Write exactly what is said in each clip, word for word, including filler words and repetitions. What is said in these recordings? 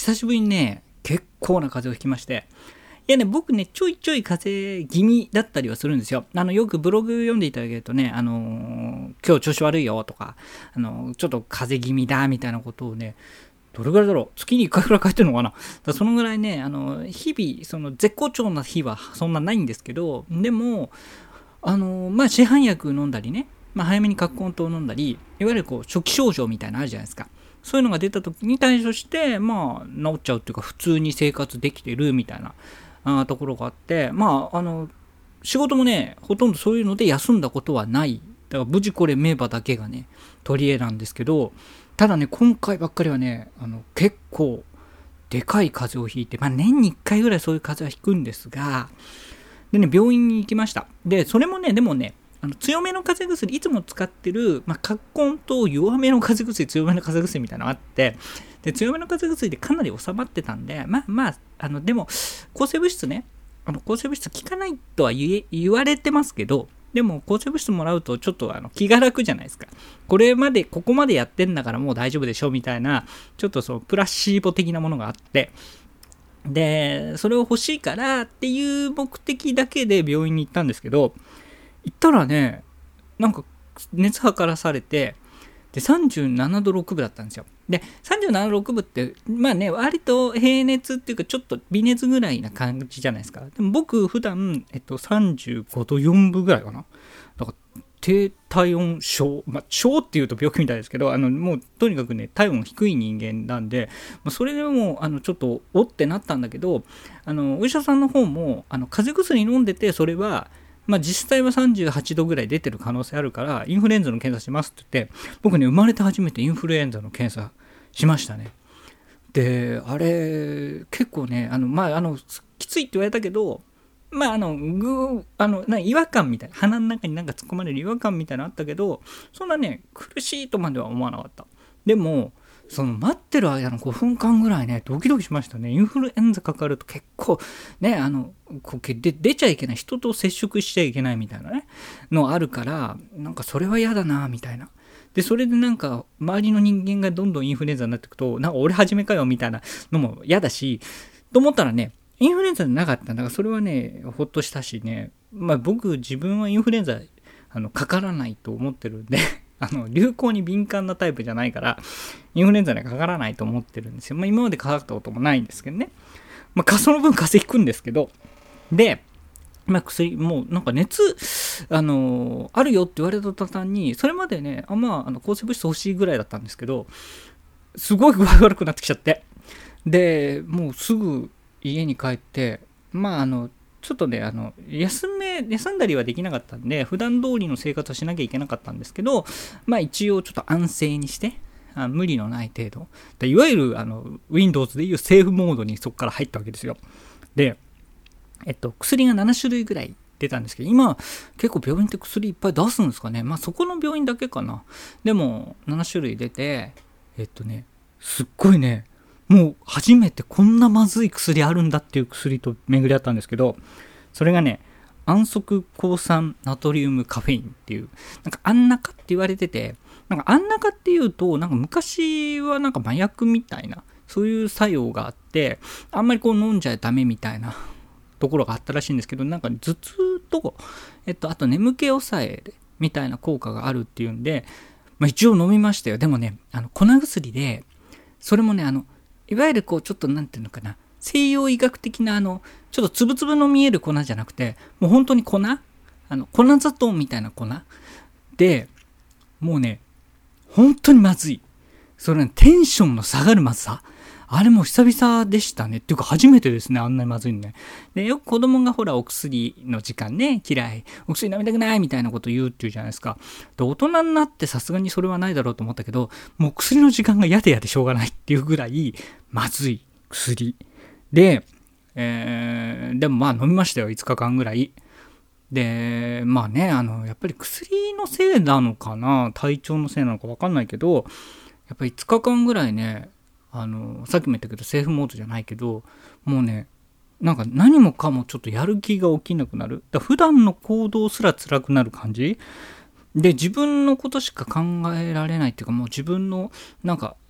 久しぶりにね、結構な風邪をひきまして、いやね、僕ね、ちょいちょい風邪気味だったりはするんですよ。あの、よくブログ読んでいただけるとね、あのー、今日調子悪いよとか、あのー、ちょっと風邪気味だみたいなことをね、どれぐらいだろう、月にいっかいくらい書いてるのかな。だからそのぐらいね、あのー、日々、その絶好調な日はそんなないんですけど、でも、あのー、まあ、市販薬飲んだりね、まあ、早めに葛根湯を飲んだり、いわゆるこう初期症状みたいなのあるじゃないですか。そういうのが出た時に対処して、まあ、治っちゃうっていうか、普通に生活できてるみたいなあところがあって、まあ、あの、仕事もね、ほとんどそういうので休んだことはない。だから、無事これ名馬だけがね、取り柄なんですけど、ただね、今回ばっかりはね、あの、結構、でかい風邪をひいて、まあ、年にいっかいぐらいそういう風邪はひくんですが、でね、病院に行きました。で、それもね、でもね、あの強めの風邪薬、いつも使ってる、まあ、葛根と弱めの風邪薬、強めの風邪薬みたいなのがあって、で、強めの風邪薬でかなり収まってたんで、まあまあ、あの、でも、抗生物質ね、あの抗生物質効かないとは言え、言われてますけど、でも抗生物質もらうとちょっとあの気が楽じゃないですか。これまで、ここまでやってんだからもう大丈夫でしょみたいな、ちょっとそのプラシーボ的なものがあって、で、それを欲しいからっていう目的だけで病院に行ったんですけど、行ったらね、なんか熱測らされて、でさんじゅうななどろくぶだったんですよ。でさんじゅうななどろくぶってまあね、割と平熱っていうかちょっと微熱ぐらいな感じじゃないですか。でも僕普段、えっと、さんじゅうごどよんぶぐらいかな。だから低体温症、まあ症っていうと病気みたいですけど、あのもうとにかくね体温低い人間なんで、まあ、それでもあのちょっとおってなったんだけど、あのお医者さんの方もあの風邪薬飲んでて、それはまあ実際はさんじゅうはちどぐらい出てる可能性あるからインフルエンザの検査しますって言って、僕ね生まれて初めてインフルエンザの検査しましたね。であれ結構ね、あのまああのきついって言われたけど、まああのぐあのな違和感みたいな、鼻の中になんか突っ込まれる違和感みたいなのあったけど、そんなね苦しいとまでは思わなかった。でもその待ってる間のごふんかんぐらいねドキドキしましたね。インフルエンザかかると結構ね、あのこうで出ちゃいけない、人と接触しちゃいけないみたいなねのあるから、なんかそれは嫌だなみたいな。でそれでなんか周りの人間がどんどんインフルエンザになっていくと、なんか俺始めかよみたいなのも嫌だしと思ったらね、インフルエンザなかった。だからそれはねほっとしたしね、まあ僕自分はインフルエンザあのかからないと思ってるんであの流行に敏感なタイプじゃないからインフルエンザにかからないと思ってるんですよ。まあ今までかかったこともないんですけどね。まあその分風邪ひくんですけど、でまあ薬もうなんか熱あのー、あるよって言われた途端に、それまでねあまああの抗生物質欲しいぐらいだったんですけど、すごい具合悪くなってきちゃって、でもうすぐ家に帰って、まああのちょっとねあの休め休んだりはできなかったんで普段通りの生活をしなきゃいけなかったんですけど、まあ一応ちょっと安静にしてあ無理のない程度で、いわゆるあの Windows でいうセーフモードにそこから入ったわけですよ。でえっと薬がななしゅるいぐらい出たんですけど、今結構病院って薬いっぱい出すんですかね。まあそこの病院だけかな。でもななしゅるい出て、えっとねすっごいね、もう初めてこんなまずい薬あるんだっていう薬と巡り合ったんですけど、それがね安息抗酸ナトリウムカフェインっていう、なんかアンナカって言われてて、なんかアンナカっていうとなんか昔はなんか麻薬みたいなそういう作用があって、あんまりこう飲んじゃダメみたいなところがあったらしいんですけど、なんか頭痛と、えっと、あと眠気抑えみたいな効果があるっていうんで、まあ、一応飲みましたよ。でもねあの粉薬で、それもねあのいわゆるこうちょっとなんていうのかな、西洋医学的なあのちょっとつぶつぶの見える粉じゃなくて、もう本当に粉、あの粉砂糖みたいな粉で、もうね本当にまずい。それねテンションの下がるまずさ、あれも久々でしたね。っていうか初めてですね、あんなにまずいのね。でよく子供がほらお薬の時間ね嫌い、お薬飲みたくないみたいなこと言うっていうじゃないですか。で大人になってさすがにそれはないだろうと思ったけど、もう薬の時間が嫌で嫌でしょうがないっていうぐらいまずい薬で、えー、でもまあ飲みましたよ、いつかかんぐらいで。まあねあのやっぱり薬のせいなのかな、体調のせいなのか分かんないけど、やっぱりいつかかんぐらいね、あのさっきも言ったけどセーフモードじゃないけど、もうねなんか何もかもちょっとやる気が起きなくなる。だ普段の行動すら辛くなる感じで、自分のことしか考えられないっていうか、もう自分のなんか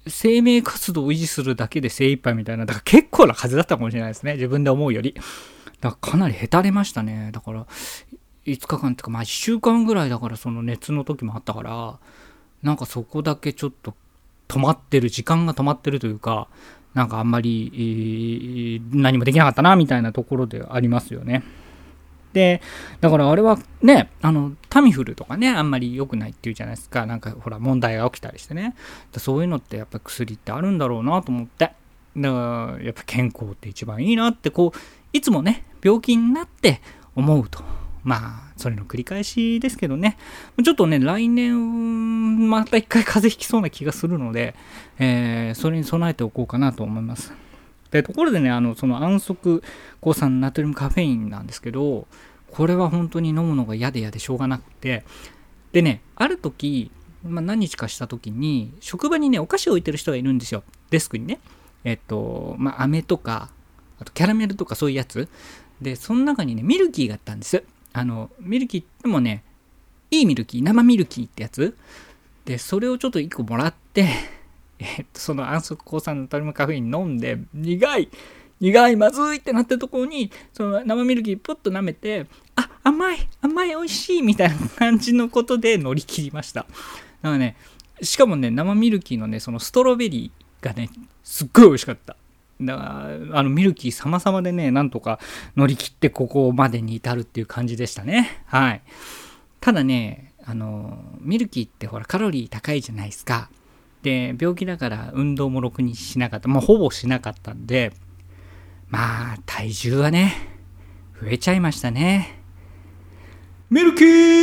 生命活動を維持するだけで精一杯みたいな、だから結構な風だったかもしれないですね。自分で思うより。だからかなりへたれましたね。だから、いつかかんっていうか、まあいっしゅうかんぐらいだからその熱の時もあったから、なんかそこだけちょっと止まってる、時間が止まってるというか、なんかあんまり、えー、何もできなかったな、みたいなところでありますよね。で、だからあれはね、あの、タミフルとかね、あんまり良くないっていうじゃないですか。なんかほら問題が起きたりしてね。そういうのってやっぱ薬ってあるんだろうなと思って。だからやっぱ健康って一番いいなって、こう、いつもね、病気になって思うと。まあ、それの繰り返しですけどね。ちょっとね、来年、また一回風邪ひきそうな気がするので、えー、それに備えておこうかなと思います。で、ところでね、あの、その安息抗酸ナトリウムカフェインなんですけど、これは本当に飲むのが嫌で嫌でしょうがなくて、でね、ある時、まあ、何日かした時に、職場にね、お菓子を置いてる人がいるんですよ。デスクにね。えっと、まあ、飴とか、あとキャラメルとかそういうやつ。で、その中にね、ミルキーがあったんです。あの、ミルキーってもね、いいミルキー、生ミルキーってやつ。で、それをちょっといっこもらって、えっと、その安息抗酸ナトリウムカフェイン飲んで、苦い、苦い、まずいってなってるところに、その生ミルキーポッと舐めて、あ、甘い、甘い、美味しいみたいな感じのことで乗り切りました。だからね、しかもね、生ミルキーのね、そのストロベリーがね、すっごい美味しかった。だから、あのミルキー様々でね、なんとか乗り切ってここまでに至るっていう感じでしたね。はい。ただね、あの、ミルキーってほらカロリー高いじゃないですか。で、病気だから運動もろくにしなかった。もうほぼしなかったんで、まあ、体重はね、増えちゃいましたね。ミルキ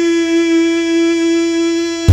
ー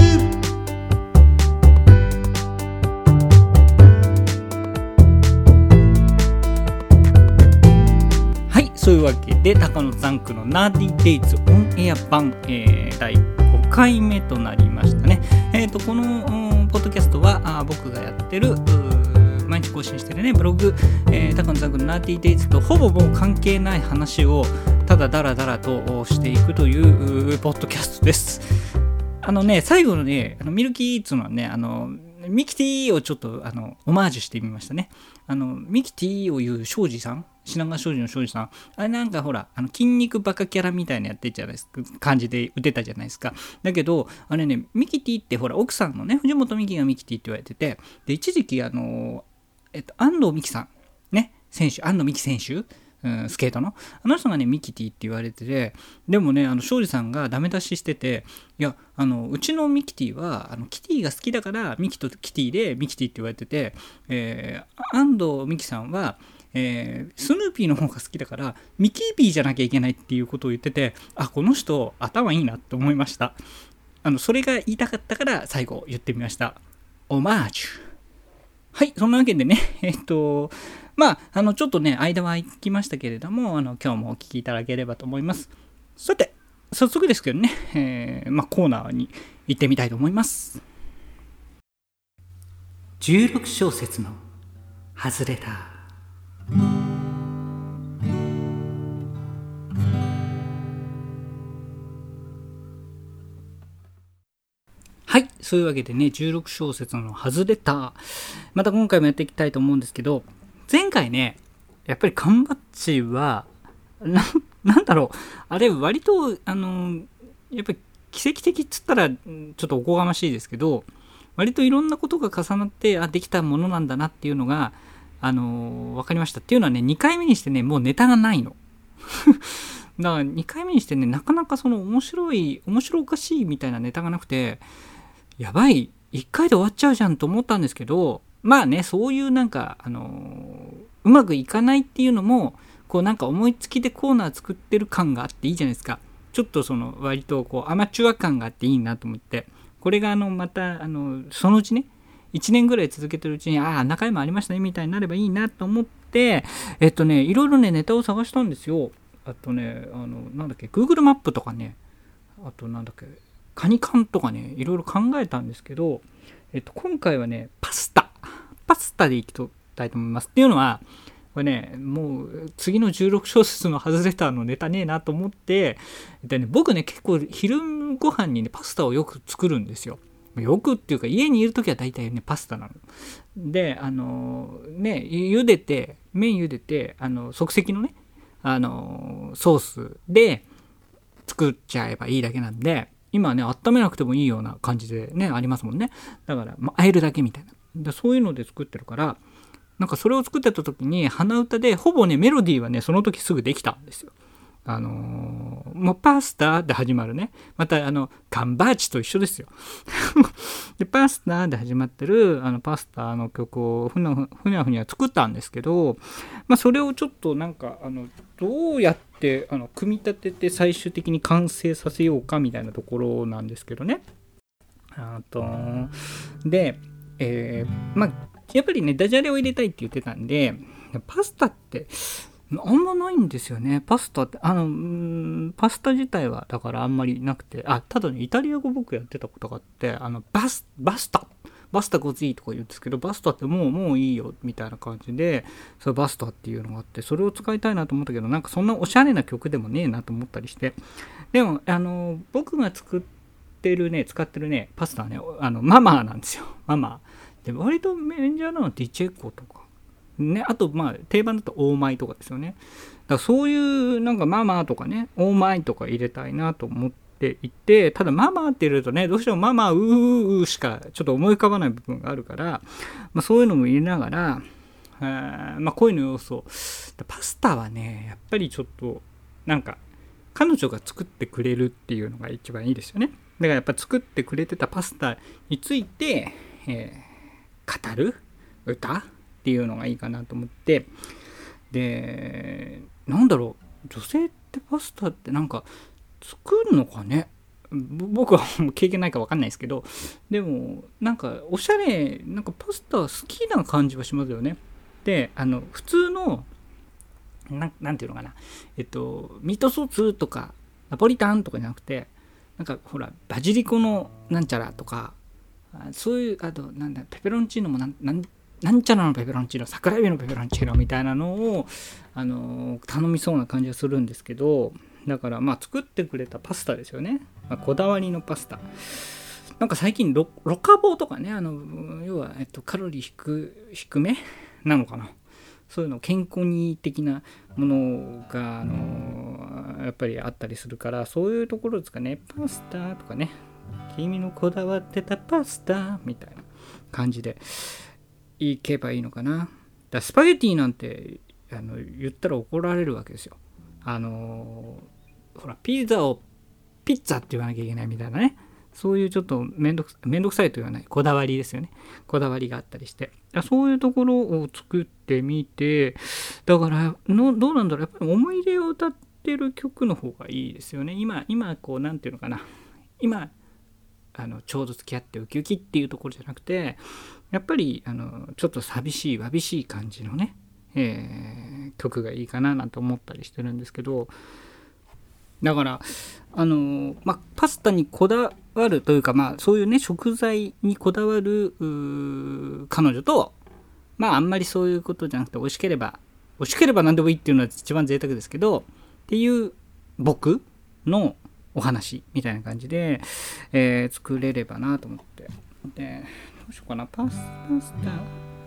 はい、そういうわけで、高野ザンクのナーディデイズオンエア版、えー、だいごかいめとなりましたね。えっと、この、ポッドキャストはあ僕がやってる毎日更新してるねブログ、えー、高野ザンクのナーティーデイズとほぼもう関係ない話をただダラダラとしていくというポッドキャストです。あのね、最後のね、あのミルキーっていうのはね、あのミキティをちょっとあのオマージュしてみましたね。あのミキティを言う庄司さん、品川庄司の庄司さん、あれなんかほら、あの筋肉バカキャラみたいなやってるじゃないですか、感じで打てたじゃないですか。だけど、あれね、ミキティってほら、奥さんのね、藤本美貴がミキティって言われてて、で、一時期あの、えっと、安藤美貴さん、ね、選手、安藤美貴選手、うん、スケートのあの人がねミキティって言われてて、でもね、あの庄司さんがダメ出ししてて、いや、あのうちのミキティはあのキティが好きだからミキとキティでミキティって言われてて、えー、安藤美貴さんは、えー、スヌーピーの方が好きだからミキーピーじゃなきゃいけないっていうことを言ってて、あ、この人頭いいなって思いました。あのそれが言いたかったから最後言ってみました。オマージュ。はい、そんなわけでね、えっと、まあ、あの、ちょっとね、間は空きましたけれども、あの、今日もお聞きいただければと思います。さて、早速ですけどね、えー、まあ、コーナーに行ってみたいと思います。じゅうろく小節の外れた。はい。そういうわけでね、じゅうろく小節の外れた。また今回もやっていきたいと思うんですけど、前回ね、やっぱり缶バッジは、な、なんだろう、あれ割と、あの、やっぱり奇跡的っつったら、ちょっとおこがましいですけど、割といろんなことが重なって、あ、できたものなんだなっていうのが、あの、わかりました。っていうのはね、にかいめにしてね、もうネタがないの。だからにかいめにしてね、なかなかその面白い、面白おかしいみたいなネタがなくて、やばい、いっかいで終わっちゃうじゃんと思ったんですけど、まあね、そういうなんか、あのー、うまくいかないっていうのも、こうなんか思いつきでコーナー作ってる感があっていいじゃないですか。ちょっとその割とこうアマチュア感があっていいなと思って、これがあのまた、あの、そのうちね、いちねんぐらい続けてるうちに、ああ、中身もありましたねみたいになればいいなと思って、えっとね、いろいろね、ネタを探したんですよ。あとね、あの、なんだっけ、Google マップとかね、あとなんだっけ、カニカンとかね、いろいろ考えたんですけど、えっと、今回はね、パスタ。パスタでいきたいと思います。っていうのは、これね、もう次のじゅうろく小節の外れたのネタねえなと思って、でね、僕ね、結構昼ご飯にね、パスタをよく作るんですよ。よくっていうか、家にいるときは大体ね、パスタなの。 であのね茹でて麺茹でてあの即席のねあのソースで作っちゃえばいいだけなんで、今ね温めなくてもいいような感じでねありますもんね。だから、まあ、和えるだけみたいなで、そういうので作ってるから、なんかそれを作ってた時に鼻歌でほぼねメロディーはねその時すぐできたんですよ。あのー、もうパスタで始まるね。またあの、カンバーチと一緒ですよ。で、パスタで始まってるあのパスタの曲をふなふにゃふにゃ作ったんですけど、まあそれをちょっとなんか、あの、どうやってあの組み立てて最終的に完成させようかみたいなところなんですけどね。あと、で、えー、まあやっぱりね、ダジャレを入れたいって言ってたんで、パスタって、あんまないんですよね。パスタって、あの、んパスタ自体はだからあんまりなくて、あ、ただね、イタリア語僕やってたことがあって、あの、バス、バスタ、バスタゴズイとか言うんですけど、バスタってもう、もういいよ、みたいな感じで、それバスタっていうのがあって、それを使いたいなと思ったけど、なんかそんなおしゃれな曲でもねえなと思ったりして、でも、あの、僕が作ってるね、使ってるね、パスタはね、あの、ママーなんですよ。ママー。で、割とメンジャーなのはディチェコとか、ね、あとまあ定番だとオーマイとかですよね。だからそういうなんかママとかねオーマイとか入れたいなと思っていて、ただママって入れるとねどうしてもママうーうーしかちょっと思い浮かばない部分があるから、まあ、そういうのも入れながら、えー、まあ声の要素パスタはねやっぱりちょっとなんか彼女が作ってくれるっていうのが一番いいですよね。だからやっぱ作ってくれてたパスタについて、えー、語る歌っていうのがいいかなと思って、でなんだろう、女性ってパスタってなんか作るのかね、僕はもう経験ないか分かんないですけど、でもなんかおしゃれなんかパスタ好きな感じはしますよね。であの普通のななんていうのかな、えっとミートソースとかナポリタンとかじゃなくて、なんかほらバジリコのなんちゃらとか、そういうあとなんだペペロンチーノもなんなんなんちゃらのペペロンチーノ、桜エビのペペロンチーノみたいなのを、あのー、頼みそうな感じがするんですけど、だからまあ作ってくれたパスタですよね。まあ、こだわりのパスタ。なんか最近 ロ, ロカボとかね、あの要は、えっと、カロリー低低めなのかな。そういうの健康にいい的なものが、あのー、やっぱりあったりするから、そういうところですかね。パスタとかね。君のこだわってたパスタみたいな感じで。いけばいいのかな。だスパゲティなんてあの言ったら怒られるわけですよ。あのほらピザをピッツァって言わなきゃいけないみたいなね、そういうちょっとめんどくめんどくさいと言わないこだわりですよね。こだわりがあったりして、そういうところを作ってみて、だからのどうなんだろう、やっぱり思い出を歌ってる曲の方がいいですよね。今今こうなんていうのかな、今あのちょうど付き合ってウキウキっていうところじゃなくて、やっぱりあのちょっと寂しいわびしい感じのね、えー、曲がいいかななんて思ったりしてるんですけど、だからあの、まあ、パスタにこだわるというか、まあ、そういうね食材にこだわる彼女と、まああんまりそういうことじゃなくて美味しければ美味しければ何でもいいっていうのは一番贅沢ですけどっていう僕のお話みたいな感じで、えー、作れればなと思って、でどうしようかな。パスパスタ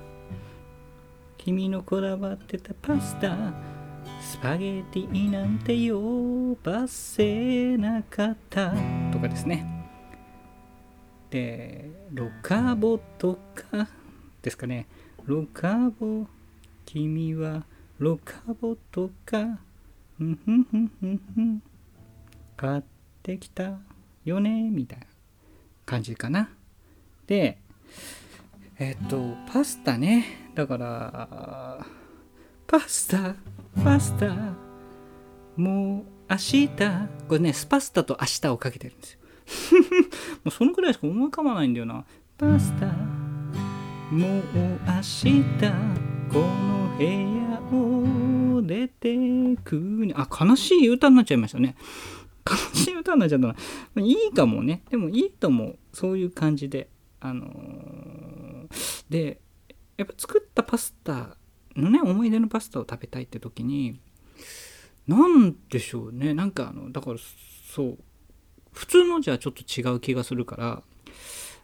君のこだわってたパスタスパゲティなんて呼ばせなかったとかですね。でロカボとかですかね。ロカボ君はロカボとかふんふんふんふんふん買ってきたよねみたいな感じかな。でえっとパスタね、だからパスタパスタもう明日、これねスパスタと明日をかけてるんですよもうそのくらいしか思い浮かばないんだよな。パスタもう明日この部屋を出てくに、あ悲しい歌になっちゃいましたね。悲しい歌になっちゃったな。いいかもね。でもいいともそういう感じで、あのー、でやっぱ作ったパスタのね思い出のパスタを食べたいって時になんでしょうね、なんかあのだからそう普通のじゃちょっと違う気がするから、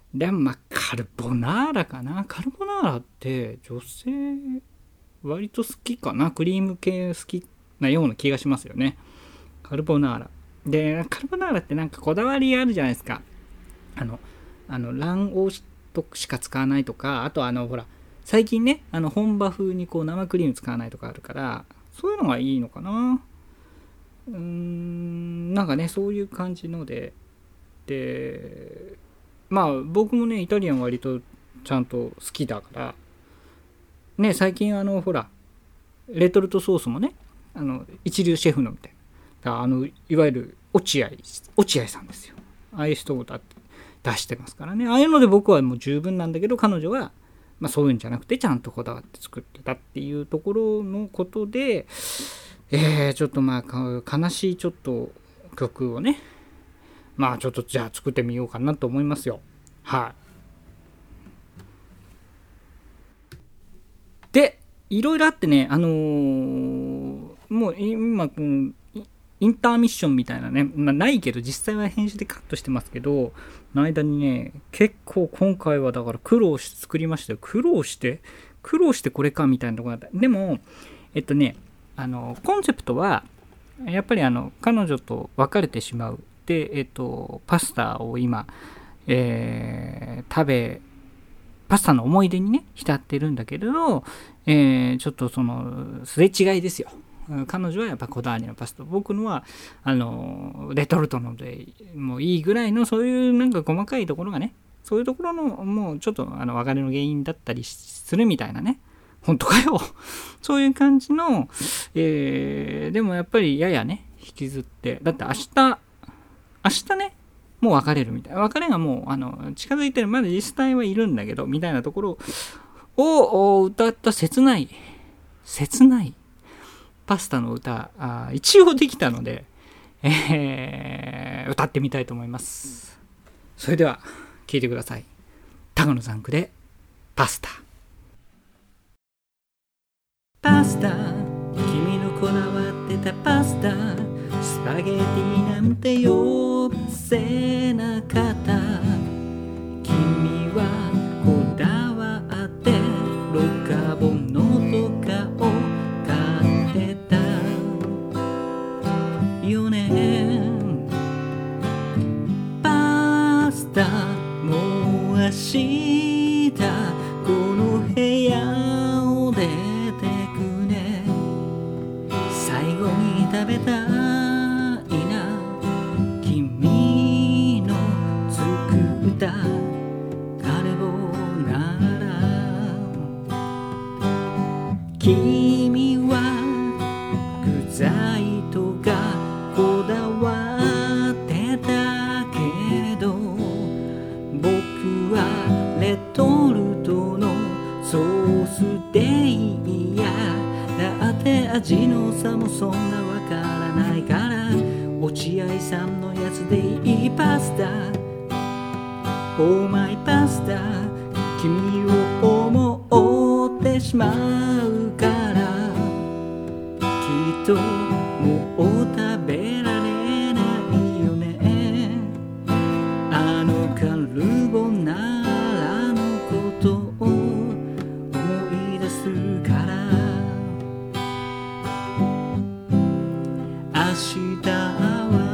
でもまあカルボナーラかな。カルボナーラって女性割と好きかな。クリーム系好きなような気がしますよね。カルボナーラで、カルボナーラってなんかこだわりあるじゃないですか。あのあの卵黄としか使わないとか、あとあのほら最近ね、あの本場風にこう生クリーム使わないとかあるから、そういうのがいいのかな。うーん、なんかね、そういう感じので、で、まあ僕もね、イタリアン割とちゃんと好きだから、ね、最近あの、ほら、レトルトソースもね、あの、一流シェフのみたいな、あの、いわゆる落合、落合さんですよ。ああいう人を出してますからね。ああいうので僕はもう十分なんだけど、彼女は、まあそういうんじゃなくて、ちゃんとこだわって作ってたっていうところのことで、えー、ちょっとまあ悲しいちょっと曲をね、まあちょっとじゃあ作ってみようかなと思いますよ。はい。で、いろいろあってね、あのー、もう今、インターミッションみたいなね、まあ、ないけど実際は編集でカットしてますけど、の間にね、結構今回はだから苦労して作りましたよ。苦労して苦労してこれかみたいなところだった。でも、えっとね、あの、コンセプトは、やっぱりあの、彼女と別れてしまう。で、えっと、パスタを今、えー、食べ、パスタの思い出にね、浸ってるんだけれど、えー、ちょっとその、すれ違いですよ。彼女はやっぱこだわりのパスタ、僕のはあのレトルトのでもういいぐらいの、そういうなんか細かいところがね、そういうところのもうちょっとあの別れの原因だったりするみたいなね。本当かよそういう感じの、えー、でもやっぱりややね引きずって、だって明日明日ねもう別れるみたいな、別れがもうあの近づいてる、まだ実際はいるんだけどみたいなところを歌った切ない切ないパスタの歌、あ一応できたので、えー、歌ってみたいと思います。それでは聴いてください。高野三区でパスタ。パスタ、君のこだわってたパスタ、スパゲティなんて呼ばせなかった。君はこだわってロカボのとかをパスタもう明日この部屋を出てくね。最後に食べたいな君の作ったカルボナーラ。君は具材とかこだわってたけど、僕はレトルトのソースでいいや。だって味の差もそんなわからないから、落合さんのやつでいいパスタ。Oh my パスタ、君を思ってしまうから、きっともう食べられないよね。あのカルボナーラのことを思い出すから。明日は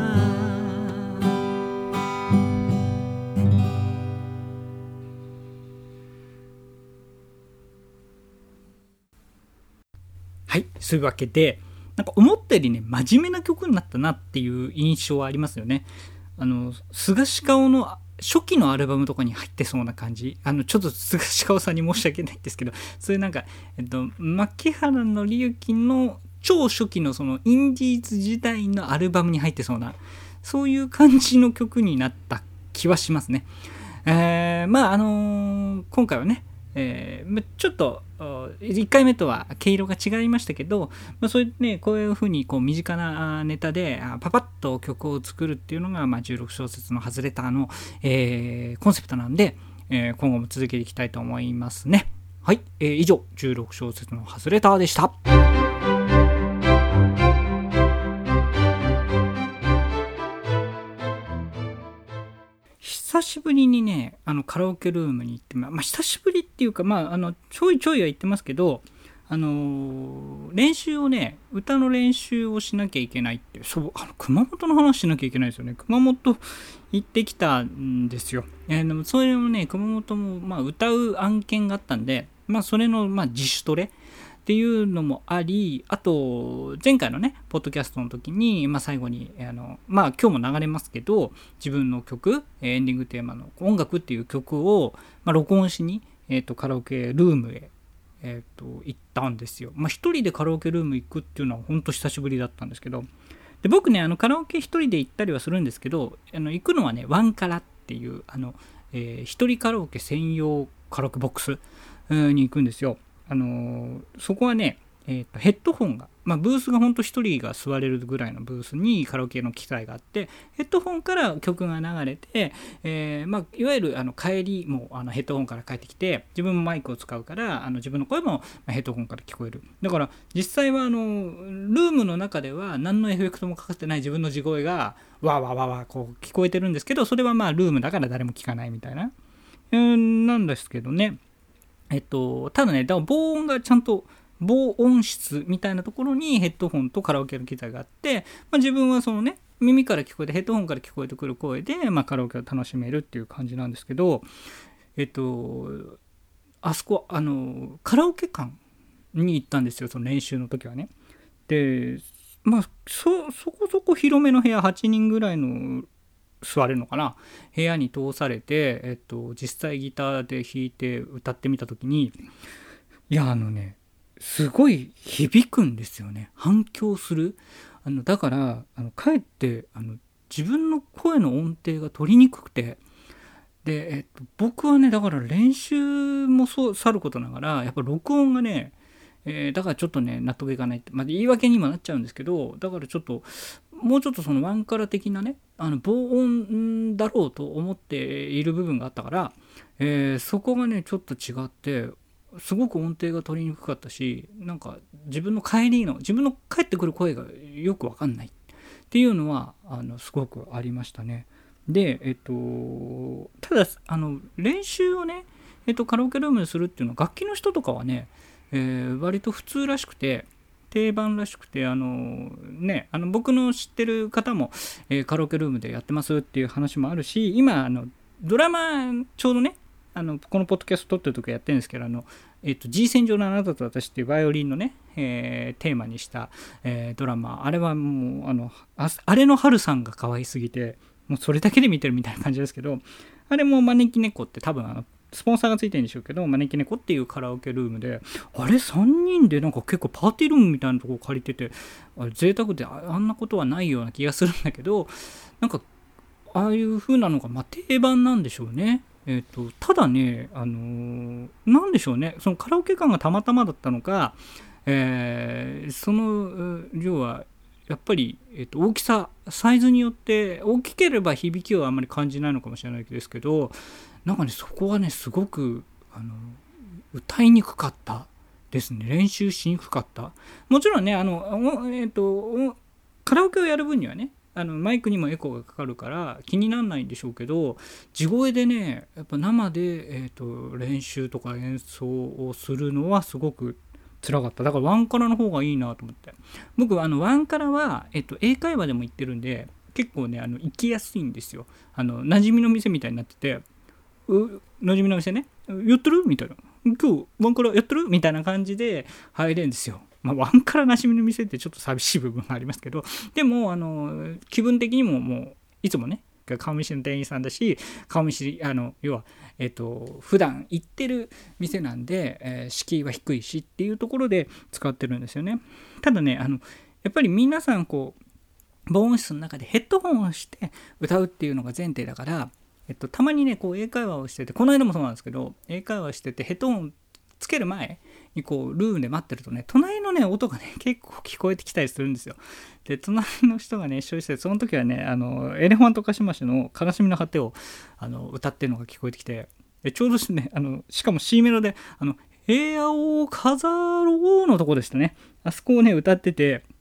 はい、そういうわけで、なんか思ったよりね真面目な曲になったなっていう印象はありますよね。あの菅氏顔の初期のアルバムとかに入ってそうな感じ。あのちょっと菅氏顔さんに申し訳ないんですけど、そういうなんか、えっと、牧原紀之の超初期のそのインディーズ時代のアルバムに入ってそうな、そういう感じの曲になった気はしますね。えー、まああのー、今回はね、えー、ちょっといっかいめとは毛色が違いましたけど、まあ、そういうね、こういうふうにこう身近なネタでパパッと曲を作るっていうのが、まあ、じゅうろく小節のハズレターの、えー、コンセプトなんで、えー、今後も続けていきたいと思いますね。はい、えー、以上じゅうろく小節のハズレターでした。久ししぶりにね、あのカラオケルームに行って、まあ、久しぶりっていうか、まあ、あのちょいちょいは行ってますけど、あのー、練習をね、歌の練習をしなきゃいけないっていう、そう、あの熊本の話しなきゃいけないですよね。熊本行ってきたんですよ。えー、でもそれもね、熊本も、まあ、歌う案件があったんで、まあ、それの、まあ、自主トレっていうのもあり、あと、前回のね、ポッドキャストの時に、まあ、最後に、あの、まあ、今日も流れますけど、自分の曲、エンディングテーマの音楽っていう曲を、まあ、録音しに、えっと、カラオケルームへ、えっと、行ったんですよ。まあ、一人でカラオケルーム行くっていうのは本当久しぶりだったんですけど、で僕ね、あのカラオケ一人で行ったりはするんですけど、あの行くのはね、ワンカラっていう、あの、えー、一人カラオケ専用カラオケボックスに行くんですよ。あのー、そこはね、えー、とヘッドホンが、まあ、ブースがほんと一人が座れるぐらいのブースにカラオケの機材があって、ヘッドホンから曲が流れて、えーまあ、いわゆるあの帰りもあのヘッドホンから帰ってきて、自分もマイクを使うからあの自分の声もヘッドホンから聞こえる。だから実際はあのルームの中では何のエフェクトもかかってない自分の地声がわーわーわーわーこう聞こえてるんですけど、それはまあルームだから誰も聞かないみたいな、えー、なんですけどね。えっと、ただね、だから防音がちゃんと防音室みたいなところにヘッドホンとカラオケの機材があって、まあ、自分はそのね、耳から聞こえてヘッドホンから聞こえてくる声で、まあ、カラオケを楽しめるっていう感じなんですけど、えっと、あそこ、あの、カラオケ館に行ったんですよ、その練習の時はね。で、まあ、そ、そこそこ広めの部屋、はちにんぐらいの座れるのかな、部屋に通されて、えっと、実際ギターで弾いて歌ってみた時に、いや、あのね、すごい響くんですよね。反響する。あのだからあのかえってあの自分の声の音程が取りにくくて、で、えっと、僕はね、だから練習もそうさることながら、やっぱ録音がね、えー、だからちょっとね納得いかないって、まあ、言い訳にもなっちゃうんですけど、だからちょっともうちょっとそのワンカラ的なね、あの防音だろうと思っている部分があったから、えー、そこがねちょっと違って、すごく音程が取りにくかったし、なんか自分の帰りの自分の帰ってくる声がよく分かんないっていうのはあのすごくありましたね。で、えっとただあの練習をね、えっと、カラオケルームでするっていうのは楽器の人とかはね、えー、割と普通らしくて定番らしくて、あのね、あの僕の知ってる方も、えー、カラオケルームでやってますっていう話もあるし、今あのドラマちょうどね、あのこのポッドキャスト撮ってる時やってるんですけど、あの、えっと、G 線上のあなたと私っていうバイオリンのね、えー、テーマにした、えー、ドラマ、あれはもうあの あ, あれの春さんが可愛すぎて、もうそれだけで見てるみたいな感じですけど、あれも招き猫って多分あのスポンサーがついてるんでしょうけど、招き猫っていうカラオケルームで、あれさんにんでなんか結構パーティールームみたいなところ借りてて、あれ贅沢で あ, あんなことはないような気がするんだけど、なんかああいう風なのがまあ定番なんでしょうね。えーと、ただね、あのー、なんでしょうね、そのカラオケ館がたまたまだったのか、えー、その量はやっぱり、えーと、大きさ、サイズによって大きければ響きはあんまり感じないのかもしれないですけど、なんかね、そこはね、すごくあの歌いにくかったですね。練習しにくかった。もちろんね、あの、えーと、カラオケをやる分にはね、あのマイクにもエコーがかかるから気にならないんでしょうけど、地声でね、やっぱ生で、えーと、練習とか演奏をするのはすごく辛かった。だからワンカラの方がいいなと思って、僕はあのワンカラは、えーと、英会話でも行ってるんで結構ね、あの行きやすいんですよ。あの馴染みの店みたいになってて、う馴染みの店ね、やってるみたいな、今日ワンカラやってるみたいな感じで入れるんですよ。まあ、ワンカラなしみの店ってちょっと寂しい部分がありますけど、でもあの気分的にももういつもね顔見知りの店員さんだし、顔見知り、あの要はえっと普段行ってる店なんで、えー、敷居は低いしっていうところで使ってるんですよね。ただね、あのやっぱり皆さんこう防音室の中でヘッドホンをして歌うっていうのが前提だから、えっと、たまにねこう英会話をしてて、この間もそうなんですけど、英会話しててヘッドホンつける前にこうルームで待ってるとね、隣のね音がね結構聞こえてきたりするんですよ。で、隣の人がね一緒にして、その時はね、あのエレファントカシマシの悲しみの果てをあの歌ってるのが聞こえてきて、でちょうどね、あのしかも C メロであの部屋を飾ろうのとこでしたね。あそこをね歌ってて、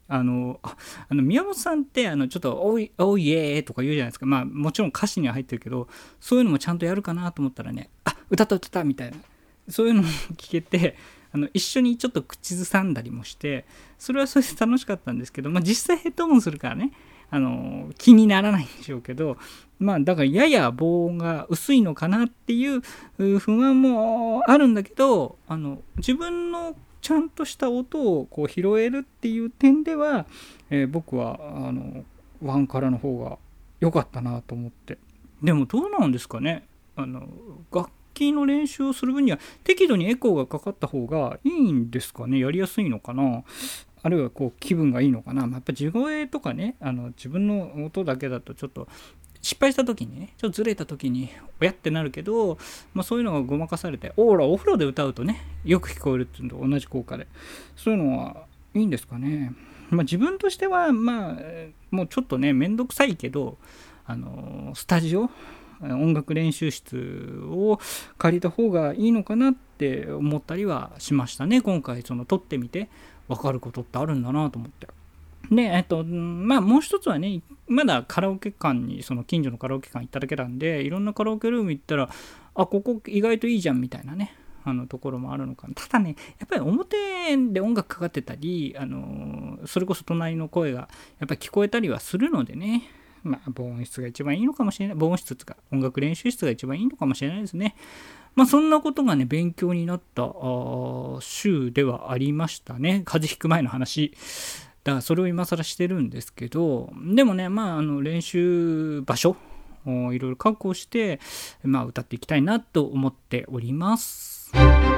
あの、ああの宮本さんってあのちょっとおいおいえーとか言うじゃないですか。まあもちろん歌詞には入ってるけど、そういうのもちゃんとやるかなと思ったらね、あ、歌った歌ったみたいな、そういうのも聞けて、あの一緒にちょっと口ずさんだりもして、それはそれで楽しかったんですけど、まあ実際ヘッドホンするからね、あの気にならないんでしょうけど、まあだからやや防音が薄いのかなっていう不安もあるんだけど、あの自分のちゃんとした音をこう拾えるっていう点では、えー、僕はあのワンからの方が良かったなと思って。でもどうなんですかね、あの楽器の練習をする分には適度にエコーがかかった方がいいんですかね、やりやすいのかな、あるいはこう気分がいいのかな、まあ、やっぱ地声とかね、あの自分の音だけだとちょっと失敗した時にね、ちょっとずれた時におやってなるけど、まあ、そういうのがごまかされて、オーラお風呂で歌うとねよく聞こえるっていうのと同じ効果で、そういうのはいいんですかね。まあ、自分としてはまあもうちょっとねめんどくさいけど、あのスタジオ音楽練習室を借りた方がいいのかなって思ったりはしましたね。今回その撮ってみて分かることってあるんだなと思って。で、えっと、まあもう一つはね、まだカラオケ館に、その近所のカラオケ館行っただけなんで、いろんなカラオケルーム行ったら、あ、ここ意外といいじゃんみたいなね、あのところもあるのかな。ただね、やっぱり表で音楽かかってたり、あのそれこそ隣の声がやっぱり聞こえたりはするのでね、まあ防音室が一番いいのかもしれない。防音室とか音楽練習室が一番いいのかもしれないですね。まあそんなことがね、勉強になった週ではありましたね。風邪ひく前の話。だからそれを今更してるんですけど、でもね、まあ、あの練習場所いろいろ確保して、まあ、歌っていきたいなと思っております。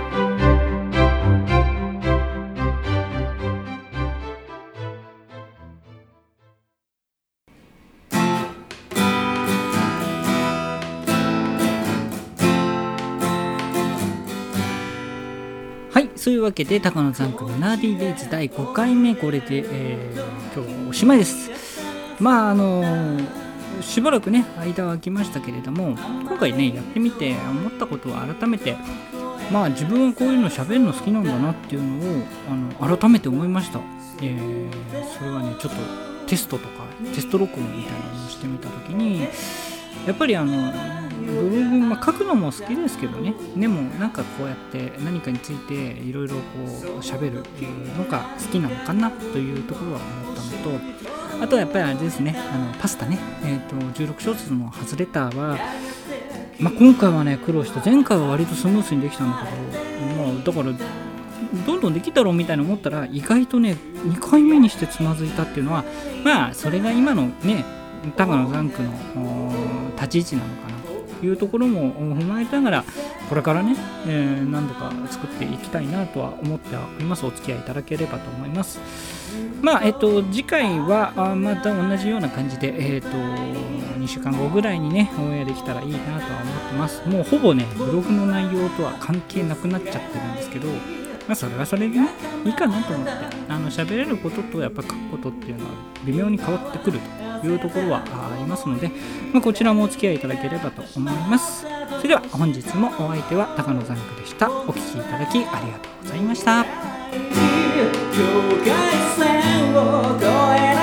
はい、そういうわけで高野ザンクのナーディーデイズだいごかいめ、これで、えー、今日はおしまいです。まああのー、しばらくね間は空きましたけれども、今回ねやってみて思ったことは改めて、まあ自分はこういうの喋るの好きなんだなっていうのをあの改めて思いました。えー、それはねちょっとテストとかテスト録音みたいなのをしてみたときに、やっぱりあのブログ、まあ、書くのも好きですけどね、でもなんかこうやって何かについていろいろこう喋るのが好きなのかなというところは思ったのと、あとはやっぱりあれですね、あのパスタね、えーとじゅうろく小節のハズレターは、まあ、今回はね苦労して、前回は割とスムースにできたんだけど、まあ、だからどんどんできたろうみたいな思ったら、意外とねにかいめにしてつまずいたっていうのは、まあそれが今のね高野ザンクの立ち位置なのかなというところも踏まえながら、これからね、えー、何度か作っていきたいなとは思っております。お付き合いいただければと思います。まあえっと次回はあまた同じような感じで、えっとにしゅうかんごぐらいにねオンエアできたらいいなとは思ってます。もうほぼねブログの内容とは関係なくなっちゃってるんですけど、まあ、それはそれでねいいかなと思って、あの喋れることとやっぱ書くことっていうのは微妙に変わってくるというところはありますので、まあ、こちらもお付き合いいただければと思います。それでは本日もお相手は高野ザンクでした。お聞きいただきありがとうございました。境界線を越え